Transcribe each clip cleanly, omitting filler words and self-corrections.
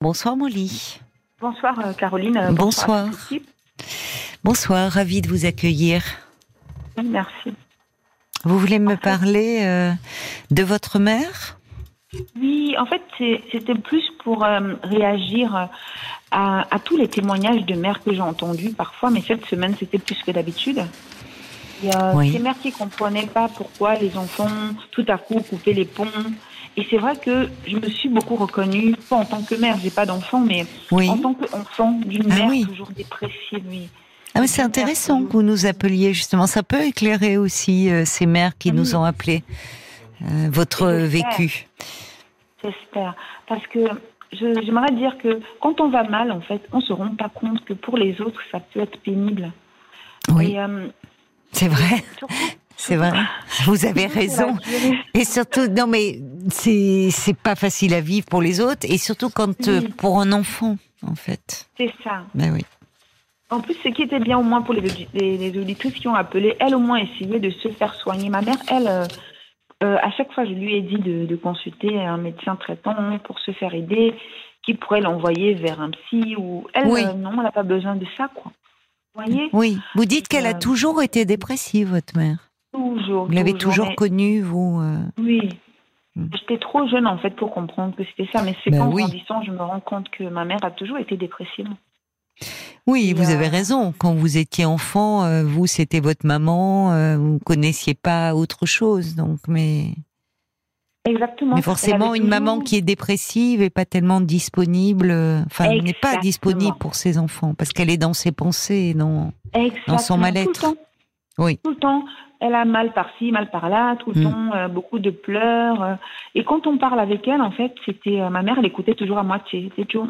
Bonsoir Molly. Bonsoir Caroline. Bonsoir. Bonsoir, ravie de vous accueillir. Oui, merci. Vous voulez me parler de votre mère ? Oui, en fait, c'était plus pour réagir à tous les témoignages de mères que j'ai entendus parfois, mais cette semaine, c'était plus que d'habitude. Il y a ces mères qui ne comprenaient pas pourquoi les enfants, tout à coup, coupaient les ponts. Et c'est vrai que je me suis beaucoup reconnue, pas en tant que mère, j'ai pas d'enfant, mais en tant qu'enfant d'une mère toujours dépressive. Oui. Ah mais c'est intéressant que vous nous appeliez justement. Ça peut éclairer aussi ces mères qui nous ont appelés, votre vécu. J'espère. Parce que j'aimerais dire que quand on va mal, en fait, on se rend pas compte que pour les autres, ça peut être pénible. Oui, c'est vrai. C'est vrai. Vous avez raison. Et surtout, non mais c'est pas facile à vivre pour les autres, et surtout quand pour un enfant, en fait. C'est ça. Ben oui. En plus, ce qui était bien au moins pour les auditrices qui ont appelé, elle au moins essayait de se faire soigner. Ma mère, elle, à chaque fois, je lui ai dit de consulter un médecin traitant pour se faire aider, qui pourrait l'envoyer vers un psy ou elle, non, elle n'a pas besoin de ça, quoi. Vous voyez ? Oui. Vous dites qu'elle a toujours été dépressive, votre mère. Toujours. Vous l'avez toujours connue, vous. Oui. J'étais trop jeune en fait pour comprendre que c'était ça, mais c'est qu'en grandissant, je me rends compte que ma mère a toujours été dépressive. Oui, vous avez raison. Quand vous étiez enfant, vous, c'était votre maman, vous ne connaissiez pas autre chose, donc, mais... Exactement. Mais forcément, une maman qui est dépressive et pas tellement disponible, n'est pas disponible pour ses enfants, parce qu'elle est dans ses pensées, dans son mal-être. Tout le temps. Oui. Tout le temps. Elle a mal par-ci, mal par-là, tout le temps, beaucoup de pleurs. Et quand on parle avec elle, en fait, c'était ma mère, elle écoutait toujours à moitié. C'était toujours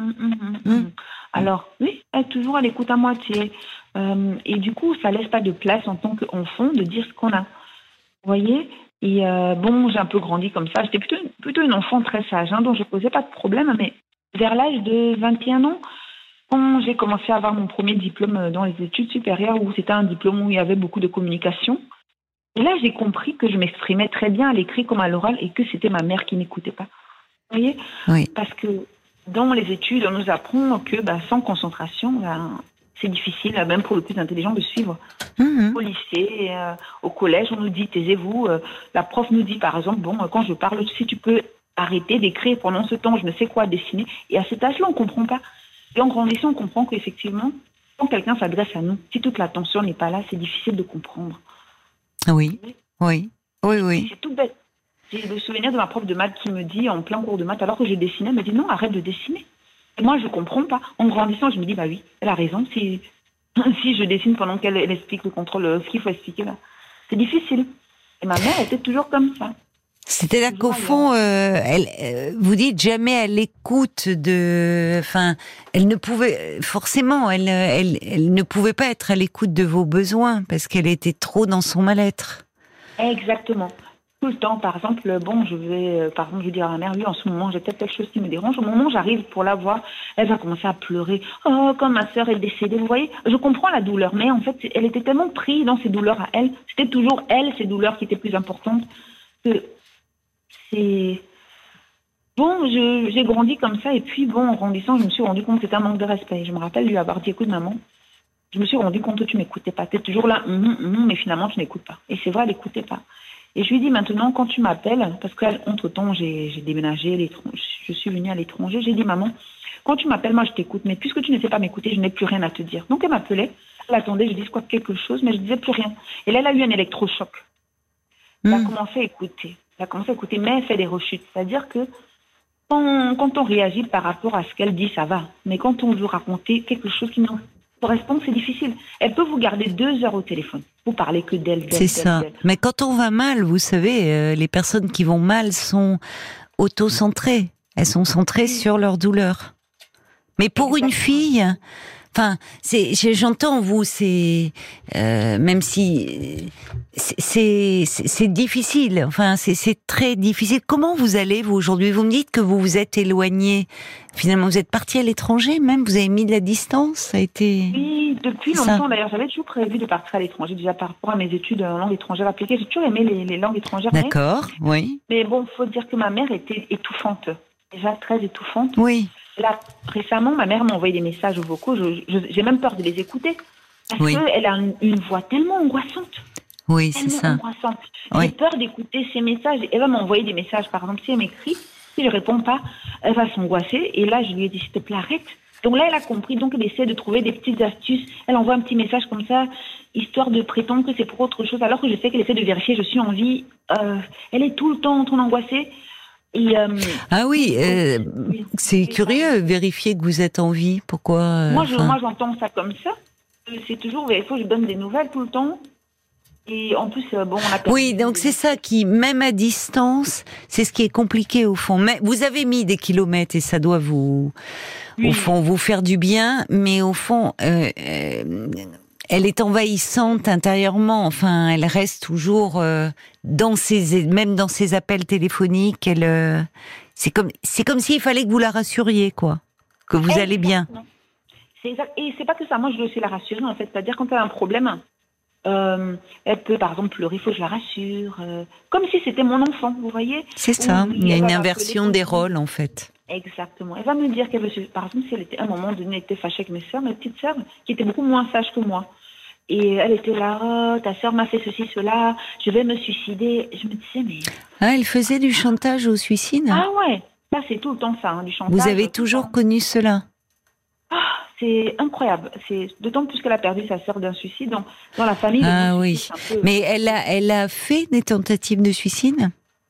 Alors, oui, elle toujours à l'écoute à moitié. Et du coup, ça laisse pas de place en tant qu'enfant de dire ce qu'on a. Vous voyez ? Et j'ai un peu grandi comme ça. J'étais plutôt une enfant très sage, donc je ne posais pas de problème. Mais vers l'âge de 21 ans, quand j'ai commencé à avoir mon premier diplôme dans les études supérieures, où c'était un diplôme où il y avait beaucoup de communication, et là, j'ai compris que je m'exprimais très bien à l'écrit comme à l'oral et que c'était ma mère qui n'écoutait pas. Vous voyez ? Oui. Parce que dans les études, on nous apprend que sans concentration, c'est difficile, même pour le plus intelligent, de suivre. Au lycée, au collège, on nous dit taisez-vous. La prof nous dit, par exemple, quand je parle, si tu peux arrêter d'écrire pendant ce temps, je ne sais quoi dessiner. Et à cet âge-là, on ne comprend pas. Et en grandissant, on comprend qu'effectivement, quand quelqu'un s'adresse à nous, si toute l'attention n'est pas là, c'est difficile de comprendre. Oui. C'est tout bête. J'ai le souvenir de ma prof de maths qui me dit, en plein cours de maths, alors que je dessinais, elle me dit non, arrête de dessiner. Et moi, je ne comprends pas. En grandissant, je me dis, bah oui, elle a raison. Si je dessine pendant qu'elle explique le contrôle, ce qu'il faut expliquer là, c'est difficile. Et ma mère était toujours comme ça. C'est-à-dire qu'au fond, vous dites jamais à l'écoute elle ne pouvait forcément, elle ne pouvait pas être à l'écoute de vos besoins parce qu'elle était trop dans son mal-être. Exactement. Tout le temps, par exemple, je vais dire à ma mère, oui, en ce moment, j'ai peut-être quelque chose qui me dérange. Au moment où j'arrive pour la voir, elle va commencer à pleurer. Oh, comme ma sœur est décédée, vous voyez, je comprends la douleur, mais en fait, elle était tellement prise dans ses douleurs à elle. C'était toujours elle, ses douleurs qui étaient plus importantes. Que c'est... j'ai grandi comme ça, et puis en grandissant, je me suis rendu compte que c'était un manque de respect. Je me rappelle lui avoir dit, écoute maman, je me suis rendu compte que tu m'écoutais pas. Tu es toujours là, mais finalement tu n'écoutes pas. Et c'est vrai, elle n'écoutait pas. Et je lui dis maintenant, quand tu m'appelles, parce qu'entre-temps j'ai déménagé, je suis venue à l'étranger, j'ai dit maman, quand tu m'appelles, moi je t'écoute, mais puisque tu ne sais pas m'écouter, je n'ai plus rien à te dire. Donc elle m'appelait, elle attendait, je disais quelque chose, mais je disais plus rien. Et là, elle a eu un électrochoc. Elle a commencé à écouter. Mais elle fait des rechutes. C'est-à-dire que quand on réagit par rapport à ce qu'elle dit, ça va. Mais quand on veut raconter quelque chose qui nous correspond, c'est difficile. Elle peut vous garder 2 heures au téléphone. Vous parlez que d'elle. C'est ça. Mais quand on va mal, vous savez, les personnes qui vont mal sont auto-centrées. Elles sont centrées sur leur douleur. Mais pour une fille... j'entends vous, même si c'est difficile. C'est très difficile. Comment vous allez vous aujourd'hui ? Vous me dites que vous vous êtes éloignée. Finalement, vous êtes partie à l'étranger, même. Vous avez mis de la distance. Ça a été. Oui, depuis longtemps. D'ailleurs, j'avais toujours prévu de partir à l'étranger. Déjà par rapport à mes études en langue étrangère appliquée, j'ai toujours aimé les langues étrangères. D'accord, oui. Mais faut dire que ma mère était étouffante. Déjà très étouffante. Oui. Là, récemment, ma mère m'a envoyé des messages vocaux. J'ai même peur de les écouter. Parce qu'elle a une voix tellement angoissante. Oui, c'est ça. Angoissante. J'ai peur d'écouter ces messages. Elle va m'envoyer des messages, par exemple, si elle m'écrit, si je ne réponds pas, elle va s'angoisser. Et là, je lui ai dit, s'il te plaît, arrête. Donc là, elle a compris. Donc, elle essaie de trouver des petites astuces. Elle envoie un petit message comme ça, histoire de prétendre que c'est pour autre chose, alors que je sais qu'elle essaie de vérifier, je suis en vie. Elle est tout le temps en train d'angoisser. Ah oui, c'est curieux, vérifier que vous êtes en vie. Pourquoi Moi, j'entends ça comme ça. C'est toujours, il faut que je donne des nouvelles tout le temps. Et en plus, bon, on a perdu. Oui, donc c'est ça qui, même à distance, c'est ce qui est compliqué au fond. Mais vous avez mis des kilomètres et ça doit vous, au fond, vous faire du bien. Mais au fond, elle est envahissante intérieurement. Enfin, elle reste toujours même dans ses appels téléphoniques. C'est comme s'il fallait que vous la rassuriez, quoi, que vous allez bien. Et c'est pas que ça. Moi, je veux aussi la rassurer, en fait. C'est-à-dire quand elle a un problème, elle peut, par exemple, pleurer. Il faut que je la rassure, comme si c'était mon enfant. Vous voyez ? C'est ça. Il y a une inversion des rôles, en fait. Exactement. Elle va me dire qu'elle veut, par exemple, si elle était à un moment donné, elle était fâchée avec mes petites sœurs, qui étaient beaucoup moins sages que moi. Et elle était là, oh, ta sœur m'a fait ceci, cela, je vais me suicider. Je me disais, mais... Ah, elle faisait du chantage au suicide ? Ah ouais, ça c'est tout le temps ça, du chantage. Vous avez toujours connu cela ? Ah, c'est incroyable. C'est d'autant plus qu'elle a perdu sa sœur d'un suicide dans la famille. Ah oui. Mais elle a fait des tentatives de suicide ?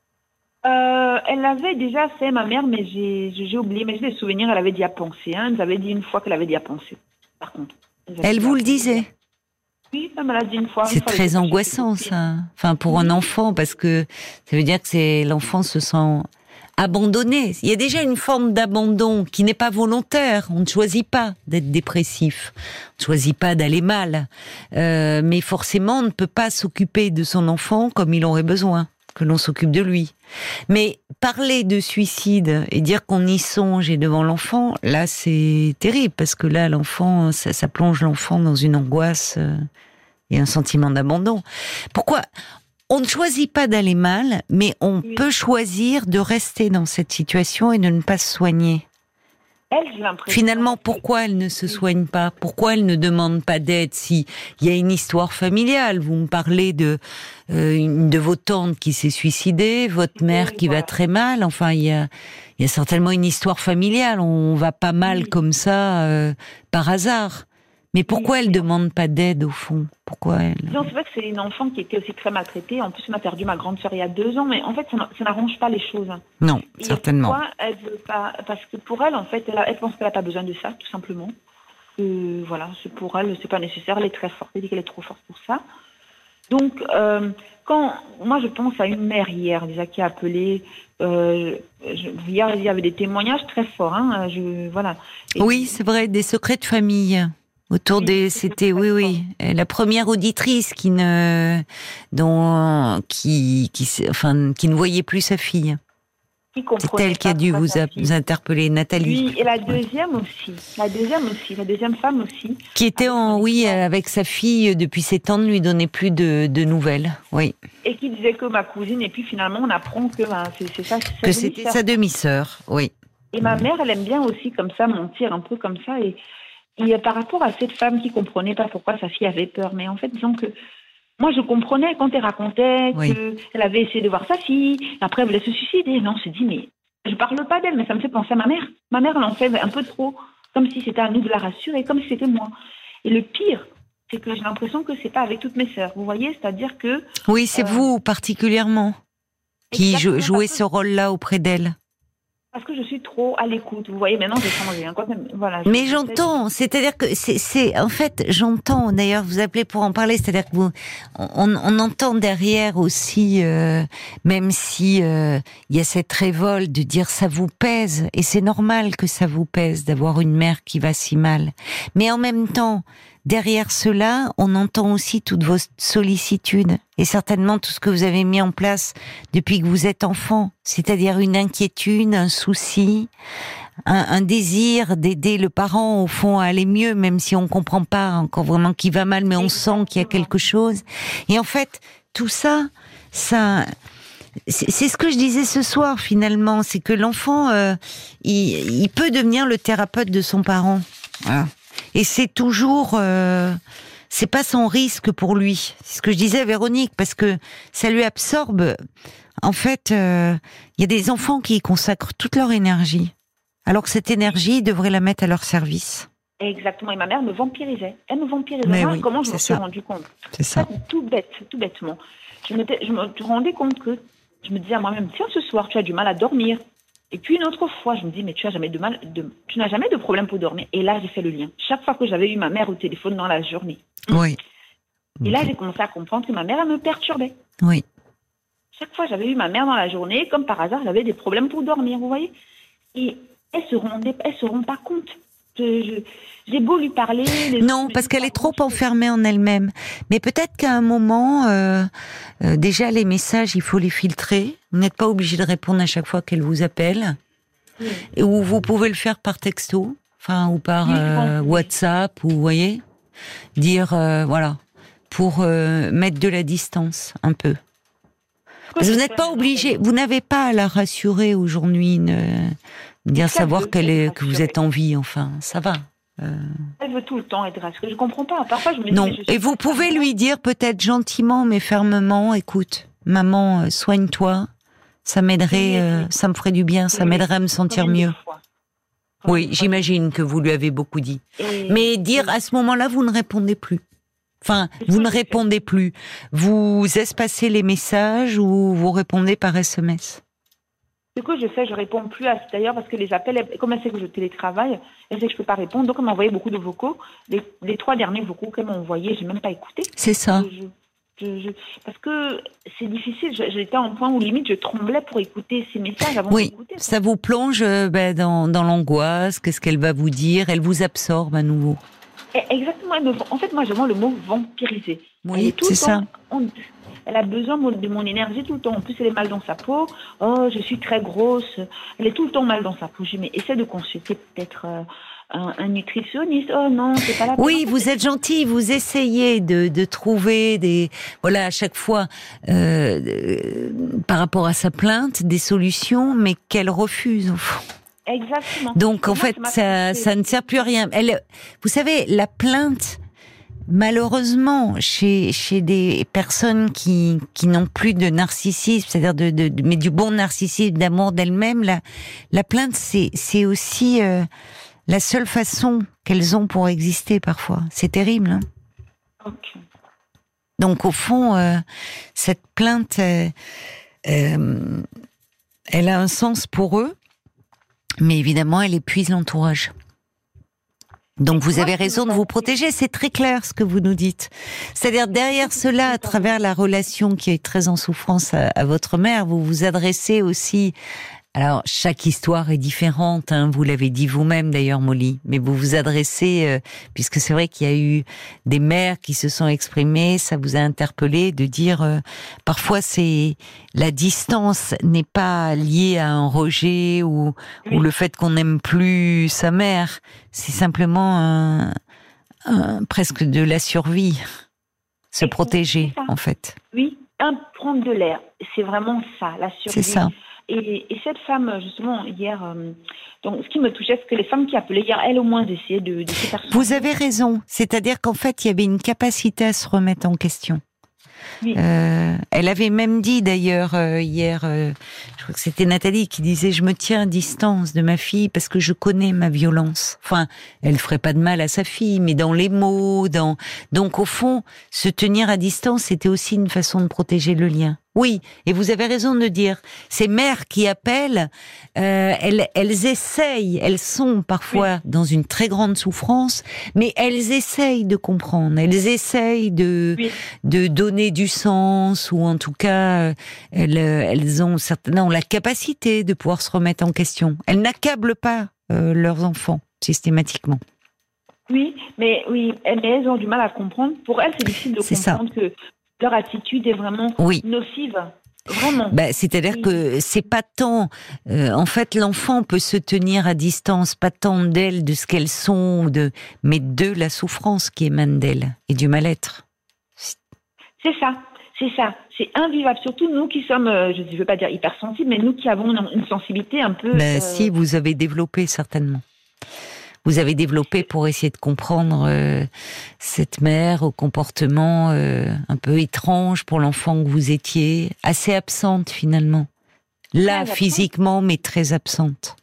Elle l'avait déjà fait, ma mère, mais j'ai oublié. Mais j'ai des souvenirs, elle avait dit à penser. Elle nous avait dit une fois qu'elle avait dit à penser. Par contre. Elle vous le disait ? Oui, elle me l'a dit une fois. C'est très angoissant, ça. Enfin, pour un enfant, parce que ça veut dire que l'enfant se sent abandonné. Il y a déjà une forme d'abandon qui n'est pas volontaire. On ne choisit pas d'être dépressif. On ne choisit pas d'aller mal. Mais forcément, on ne peut pas s'occuper de son enfant comme il aurait besoin que l'on s'occupe de lui. Mais parler de suicide et dire qu'on y songe et devant l'enfant, là, c'est terrible, parce que là, l'enfant, ça plonge l'enfant dans une angoisse et un sentiment d'abandon. Pourquoi ? On ne choisit pas d'aller mal, mais on peut choisir de rester dans cette situation et de ne pas se soigner. Finalement, pourquoi elle ne se soigne pas ? Pourquoi elle ne demande pas d'aide si il y a une histoire familiale ? Vous me parlez de une de vos tantes qui s'est suicidée, votre mère qui va très mal. Enfin, il y a certainement une histoire familiale. On va pas mal comme ça par hasard. Mais pourquoi elle demande pas d'aide au fond ? Pourquoi elle... Non, c'est vrai que c'est une enfant qui était aussi très maltraitée. En plus, on a perdu ma grande sœur il y a 2 ans, mais en fait, ça n'arrange pas les choses. Non, certainement. Pourquoi elle veut pas ? Parce que pour elle, en fait, elle pense qu'elle n'a pas besoin de ça, tout simplement. Voilà, pour elle, c'est pas nécessaire. Elle est très forte. Elle dit qu'elle est trop forte pour ça. Donc, quand moi je pense à une mère hier déjà qui a appelé. Hier, il y avait des témoignages très forts. Hein, voilà. Oui, c'est vrai, des secrets de famille. C'était la première auditrice qui ne voyait plus sa fille. C'est elle qui a dû vous interpeller, Nathalie. Oui, et la deuxième femme aussi. Qui était avec sa fille depuis 7 ans, ne lui donnait plus de nouvelles. Oui. Et qui disait que ma cousine, et puis finalement on apprend que c'est ça. Que c'était sa demi-sœur, oui. Et ma mère, elle aime bien aussi comme ça mentir un peu comme ça. Et par rapport à cette femme qui comprenait pas pourquoi sa fille avait peur, mais en fait, disons que moi je comprenais quand elle racontait qu'elle avait essayé de voir sa fille, après elle voulait se suicider, mais on se dit, mais je parle pas d'elle, mais ça me fait penser à ma mère. Ma mère, elle en fait un peu trop, comme si c'était à nous de la rassurer, comme si c'était moi. Et le pire, c'est que j'ai l'impression que c'est pas avec toutes mes sœurs, vous voyez, c'est-à-dire que... Oui, c'est vous particulièrement qui jouez ce rôle-là auprès d'elle. Parce que je suis trop à l'écoute. Vous voyez, maintenant j'ai changé. Voilà, mais j'entends, c'est-à-dire que en fait, j'entends. D'ailleurs, vous appelez pour en parler. C'est-à-dire que on entend derrière aussi, même si il y a cette révolte de dire ça vous pèse, et c'est normal que ça vous pèse d'avoir une mère qui va si mal. Mais en même temps, derrière cela, on entend aussi toutes vos sollicitudes et certainement tout ce que vous avez mis en place depuis que vous êtes enfant, c'est-à-dire une inquiétude, un souci, un désir d'aider le parent au fond à aller mieux, même si on comprend pas encore vraiment qu'il va mal, mais on sent qu'il y a quelque chose. Et en fait, tout ça, c'est ce que je disais ce soir finalement, c'est que l'enfant, il peut devenir le thérapeute de son parent. Voilà. Et c'est toujours, c'est pas sans risque pour lui. C'est ce que je disais à Véronique, parce que ça lui absorbe. En fait, il y a des enfants qui y consacrent toute leur énergie, alors que cette énergie, ils devraient la mettre à leur service. Exactement. Et ma mère me vampirisait. Elle me vampirisait. Mais Moi, oui, comment je me c'est suis ça. rendu compte? C'est ça. Tout bêtement. Je me rendais compte que je me disais à moi-même, tiens, ce soir, tu as du mal à dormir. Et puis une autre fois, je me dis, mais tu n'as jamais de problème pour dormir. Et là, j'ai fait le lien. Chaque fois que j'avais eu ma mère au téléphone dans la journée. Oui. Et là, j'ai commencé à comprendre que ma mère, elle me perturbait. Oui. Chaque fois, j'avais eu ma mère dans la journée, comme par hasard, j'avais des problèmes pour dormir, vous voyez. Et elle se rend pas compte. J'ai beau lui parler. Non, parce qu'elle est trop enfermée en elle-même. Mais peut-être qu'à un moment, déjà les messages, il faut les filtrer. Vous n'êtes pas obligé de répondre à chaque fois qu'elle vous appelle. Oui. Ou vous pouvez le faire par texto, enfin ou par WhatsApp, ou vous voyez, dire voilà, pour mettre de la distance un peu. Parce que vous n'êtes pas obligé, vous n'avez pas à la rassurer aujourd'hui, dire savoir que vous êtes en vie, enfin, ça va. Elle veut tout le temps être rassurée. Je comprends pas. Parfois, je me dis. Non. Et vous pouvez lui dire peut-être gentiment mais fermement, écoute, maman, soigne-toi, ça m'aiderait, ça me ferait du bien, ça m'aiderait à me sentir mieux. Oui, j'imagine que vous lui avez beaucoup dit. Mais dire à ce moment-là, vous ne répondez plus. Enfin, vous ne répondez plus. Vous espacez les messages ou vous répondez par SMS. Ce que je fais, je réponds plus à d'ailleurs parce que les appels, comme elle sait que je télétravaille, elle sait que je peux pas répondre, donc elle m'a envoyé beaucoup de vocaux. Les 3 derniers vocaux qu'elle m'a envoyés, j'ai même pas écouté. C'est ça. Parce que c'est difficile. J'étais à un point où limite je tremblais pour écouter ces messages avant d'écouter. Oui, ça vous plonge dans l'angoisse. Qu'est-ce qu'elle va vous dire? Elle vous absorbe à nouveau. Exactement. En fait, moi, je vois le mot vampiriser. Oui, c'est ça. Elle a besoin de mon énergie tout le temps. En plus, elle est mal dans sa peau. Oh, je suis très grosse. Elle est tout le temps mal dans sa peau. Je dis, mais essaie de consulter peut-être un nutritionniste. Oh non, c'est pas la peine. Oui, vous êtes gentil. Vous essayez de trouver à chaque fois, par rapport à sa plainte, des solutions, mais qu'elle refuse, au fond. Exactement. Donc, en fait, ça ne sert plus à rien. Vous savez, la plainte, malheureusement, chez des personnes qui n'ont plus de narcissisme, c'est-à-dire mais du bon narcissisme, d'amour d'elles-mêmes, la plainte, c'est aussi la seule façon qu'elles ont pour exister parfois. C'est terrible. Hein. Okay. Donc, au fond, cette plainte, elle a un sens pour eux, mais évidemment, elle épuise l'entourage. Donc vous avez raison de vous protéger, c'est très clair ce que vous nous dites. C'est-à-dire derrière cela, à travers la relation qui est très en souffrance à votre mère, vous vous adressez aussi. Alors chaque histoire est différente, hein, vous l'avez dit vous-même d'ailleurs Molly, mais vous vous adressez, puisque c'est vrai qu'il y a eu des mères qui se sont exprimées, ça vous a interpellé de dire parfois c'est la distance n'est pas liée à un rejet ou le fait qu'on n'aime plus sa mère, c'est simplement presque de la survie, se protéger en fait. Oui, prendre de l'air, c'est vraiment ça, la survie. C'est ça. Et cette femme, justement, hier, donc, ce qui me touchait, c'est que les femmes qui appelaient hier, elles, au moins, essayaient de se faire... Vous avez raison. C'est-à-dire qu'en fait, il y avait une capacité à se remettre en question. Oui. Elle avait même dit, d'ailleurs, hier, je crois que c'était Nathalie qui disait « Je me tiens à distance de ma fille parce que je connais ma violence. » Enfin, elle ferait pas de mal à sa fille, mais dans les mots, Donc, au fond, se tenir à distance, c'était aussi une façon de protéger le lien. Oui, et vous avez raison de dire, ces mères qui appellent, elles essayent, elles sont parfois dans une très grande souffrance, mais elles essayent de comprendre, elles essayent de donner du sens, ou en tout cas, elles ont certainement la capacité de pouvoir se remettre en question. Elles n'accablent pas leurs enfants, systématiquement. Oui, mais elles ont du mal à comprendre. Pour elles, c'est difficile de comprendre que leur attitude est vraiment nocive. Vraiment. C'est-à-dire que c'est pas tant... en fait, l'enfant peut se tenir à distance, pas tant d'elles, de ce qu'elles sont, mais de la souffrance qui émane d'elles et du mal-être. C'est ça. c'est ça. C'est invivable. Surtout nous qui sommes, je ne veux pas dire hypersensibles, mais nous qui avons une sensibilité un peu... Si, vous avez développé certainement. Vous avez développé pour essayer de comprendre cette mère au comportement un peu étrange pour l'enfant que vous étiez, assez absente finalement. Là, Très physiquement, mais très absente.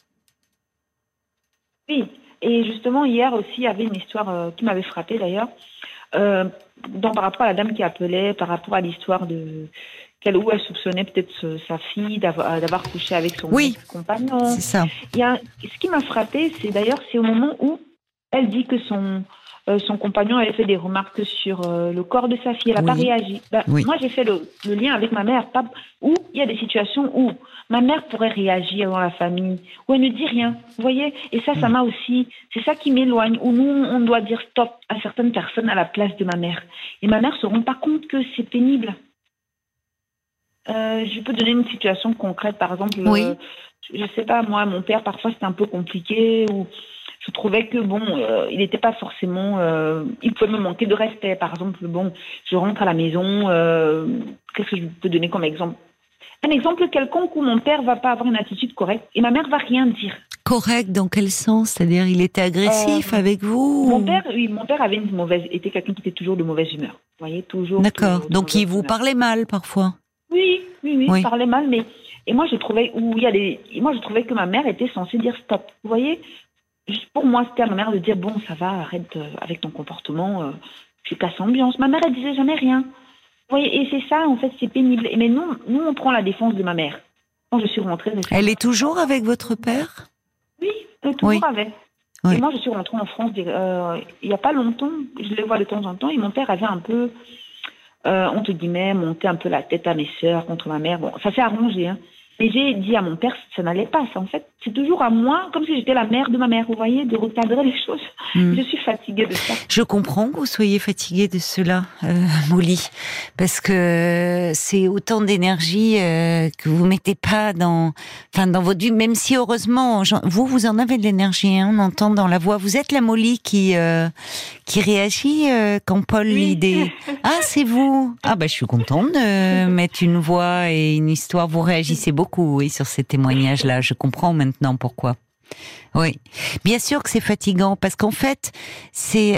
Oui, et justement, hier aussi, il y avait une histoire qui m'avait frappée d'ailleurs, par rapport à la dame qui appelait, par rapport à l'histoire où elle soupçonnait peut-être sa fille d'avoir couché avec son compagnon. C'est ça. Ce qui m'a frappée, c'est au moment où elle dit que son compagnon avait fait des remarques sur le corps de sa fille. Elle n'a pas réagi. Moi, j'ai fait le lien avec ma mère, où il y a des situations où ma mère pourrait réagir dans la famille, où elle ne dit rien. Vous voyez ? Et ça m'a aussi... C'est ça qui m'éloigne, où nous, on doit dire stop à certaines personnes à la place de ma mère. Et ma mère ne se rend pas compte que c'est pénible. Je peux donner une situation concrète, par exemple. Je sais pas, moi, mon père, parfois, c'était un peu compliqué, ou je trouvais que, il n'était pas forcément... il pouvait me manquer de respect. Par exemple, je rentre à la maison, qu'est-ce que je peux donner comme exemple ? Un exemple quelconque où mon père va pas avoir une attitude correcte et ma mère va rien dire. Correct dans quel sens ? C'est-à-dire, il était agressif avec vous ? Mon père avait était quelqu'un qui était toujours de mauvaise humeur. Vous voyez, toujours. D'accord. Donc, il vous parlait mal parfois ? Oui, il parlait mal, mais et moi je trouvais que ma mère était censée dire stop. Vous voyez, juste pour moi c'était à ma mère de dire bon ça va, arrête avec ton comportement, tu casses l'ambiance. Ma mère elle disait jamais rien. Vous voyez, et c'est ça en fait, c'est pénible. Mais nous on prend la défense de ma mère. Quand je suis rentrée, elle est toujours avec votre père ? Oui, toujours avec. Et moi je suis rentrée en France il y a pas longtemps. Je les vois de temps en temps et mon père avait un peu entre guillemets, monter un peu la tête à mes sœurs contre ma mère. Bon, ça s'est arrangé, hein. Mais j'ai dit à mon père, ça n'allait pas. Ça, en fait, c'est toujours à moi, comme si j'étais la mère de ma mère, vous voyez, de recadrer les choses. Je suis fatiguée de ça. Je comprends que vous soyez fatiguée de cela, Molly, parce que c'est autant d'énergie que vous mettez pas dans votre vie, même si heureusement, vous en avez de l'énergie, hein, on entend dans la voix. Vous êtes la Molly qui réagit quand Paul lit des... Ah, c'est vous. Ah je suis contente de mettre une voix et une histoire. Vous réagissez beaucoup, sur ces témoignages-là. Je comprends maintenant pourquoi. Oui, bien sûr que c'est fatigant parce qu'en fait, c'est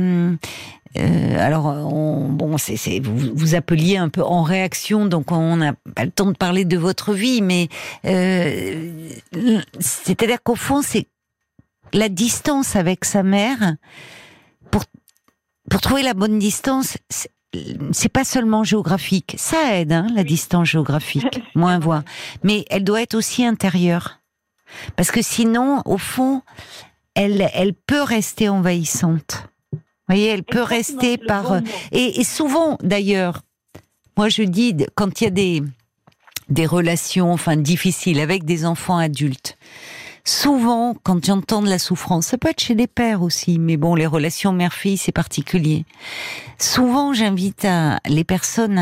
vous appeliez un peu en réaction, donc on n'a pas le temps de parler de votre vie, mais c'est-à-dire qu'au fond, c'est la distance avec sa mère. Pour trouver la bonne distance, c'est pas seulement géographique. Ça aide, la distance géographique, moins voix, mais elle doit être aussi intérieure. Parce que sinon, au fond, elle peut rester envahissante. Vous voyez, elle peut rester par... Et souvent, d'ailleurs, moi je dis, quand il y a des relations difficiles avec des enfants adultes, souvent, quand j'entends de la souffrance, ça peut être chez des pères aussi, mais bon, les relations mère-fille, c'est particulier. Souvent, j'invite les personnes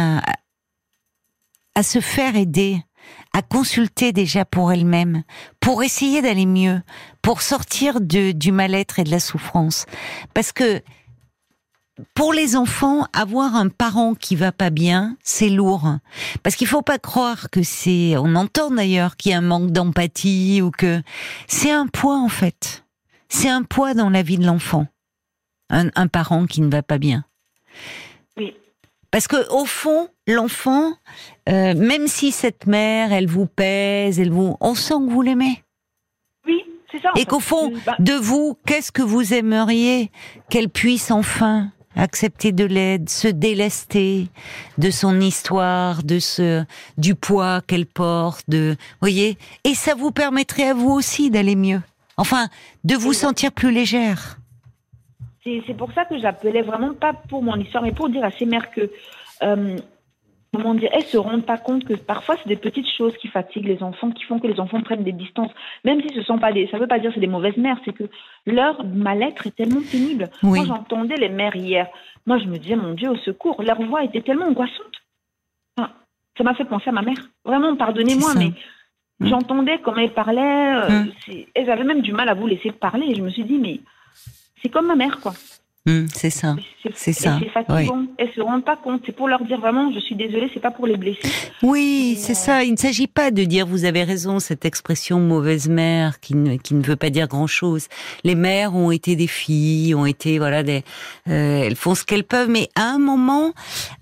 à se faire aider, à consulter déjà pour elles-mêmes, pour essayer d'aller mieux, pour sortir du mal-être et de la souffrance. Parce que pour les enfants, avoir un parent qui va pas bien, c'est lourd. Parce qu'il faut pas croire que on entend d'ailleurs qu'il y a un manque d'empathie ou que c'est un poids en fait. C'est un poids dans la vie de l'enfant. Un parent qui ne va pas bien. Oui. Parce que au fond, l'enfant, même si cette mère, elle vous pèse, on sent que vous l'aimez. Oui, c'est ça. Et qu'au fond, de vous, qu'est-ce que vous aimeriez qu'elle puisse enfin accepter de l'aide, se délester de son histoire, du poids qu'elle porte, voyez. Et ça vous permettrait à vous aussi d'aller mieux. Enfin, de vous sentir plus légère. C'est pour ça que j'appelais vraiment pas pour mon histoire, mais pour dire à ces mères que, elles se rendent pas compte que parfois c'est des petites choses qui fatiguent les enfants, qui font que les enfants prennent des distances, même si ce sont pas ça veut pas dire que c'est des mauvaises mères, c'est que leur mal-être est tellement pénible. Oui. Moi, j'entendais les mères hier. Moi, je me disais, mon Dieu, au secours, leur voix était tellement angoissante. Enfin, ça m'a fait penser à ma mère. Vraiment, pardonnez-moi, mais j'entendais comment elles parlaient. Elles avaient même du mal à vous laisser parler. Et je me suis dit, mais c'est comme ma mère, quoi. C'est ça. C'est ça. C'est fatigant. Elles se rendent pas compte. C'est pour leur dire vraiment, je suis désolée, c'est pas pour les blesser. Oui, c'est ça. Il ne s'agit pas de dire, vous avez raison, cette expression mauvaise mère qui ne veut pas dire grand chose. Les mères ont été des filles, ont été, elles font ce qu'elles peuvent, mais à un moment,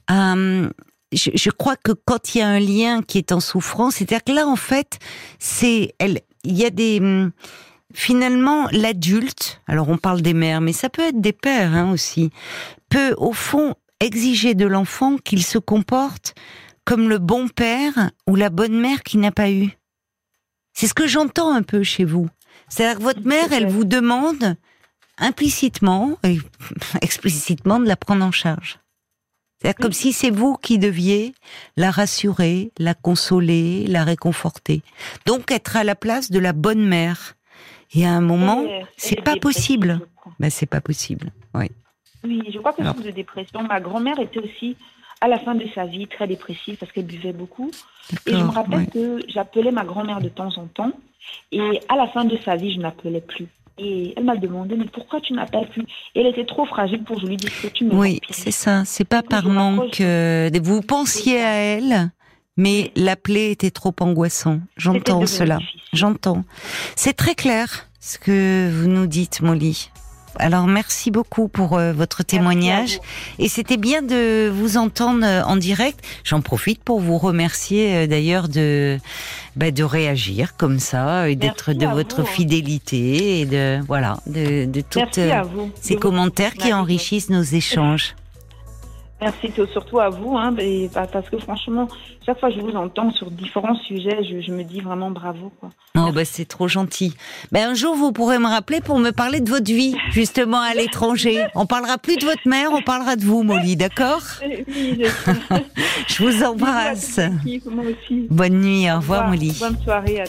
je crois que quand il y a un lien qui est en souffrance, c'est-à-dire que là, en fait, il y a finalement, l'adulte, alors on parle des mères, mais ça peut être des pères aussi, peut au fond exiger de l'enfant qu'il se comporte comme le bon père ou la bonne mère qu'il n'a pas eu. C'est ce que j'entends un peu chez vous. C'est-à-dire que votre mère, elle vous demande implicitement et explicitement de la prendre en charge. C'est-à-dire comme si c'est vous qui deviez la rassurer, la consoler, la réconforter. Donc être à la place de la bonne mère. Et à un moment, c'est pas possible. C'est pas possible, oui. Oui, je crois que c'est de dépression. Ma grand-mère était aussi, à la fin de sa vie, très dépressive parce qu'elle buvait beaucoup. Et je me rappelle que j'appelais ma grand-mère de temps en temps. Et à la fin de sa vie, je n'appelais plus. Et elle m'a demandé, mais pourquoi tu n'appelles plus? Et elle était trop fragile pour que je lui dise que tu me Oui, c'est ça. C'est pas par manque. Vous pensiez à elle, mais l'appeler était trop angoissant. J'entends cela. Difficile. J'entends. C'est très clair ce que vous nous dites, Molly. Alors merci beaucoup pour votre témoignage. Et c'était bien de vous entendre en direct. J'en profite pour vous remercier d'ailleurs de réagir comme ça et d'être de votre fidélité et de toutes ces commentaires qui enrichissent nos échanges. Merci surtout à vous, parce que franchement, chaque fois que je vous entends sur différents sujets, je me dis vraiment bravo, quoi. Oh, c'est trop gentil. Un jour, vous pourrez me rappeler pour me parler de votre vie, justement, à l'étranger. On parlera plus de votre mère, on parlera de vous, Molly, d'accord? Oui, je vous embrasse. Moi aussi. Bonne nuit, au revoir, Molly. Bonne soirée à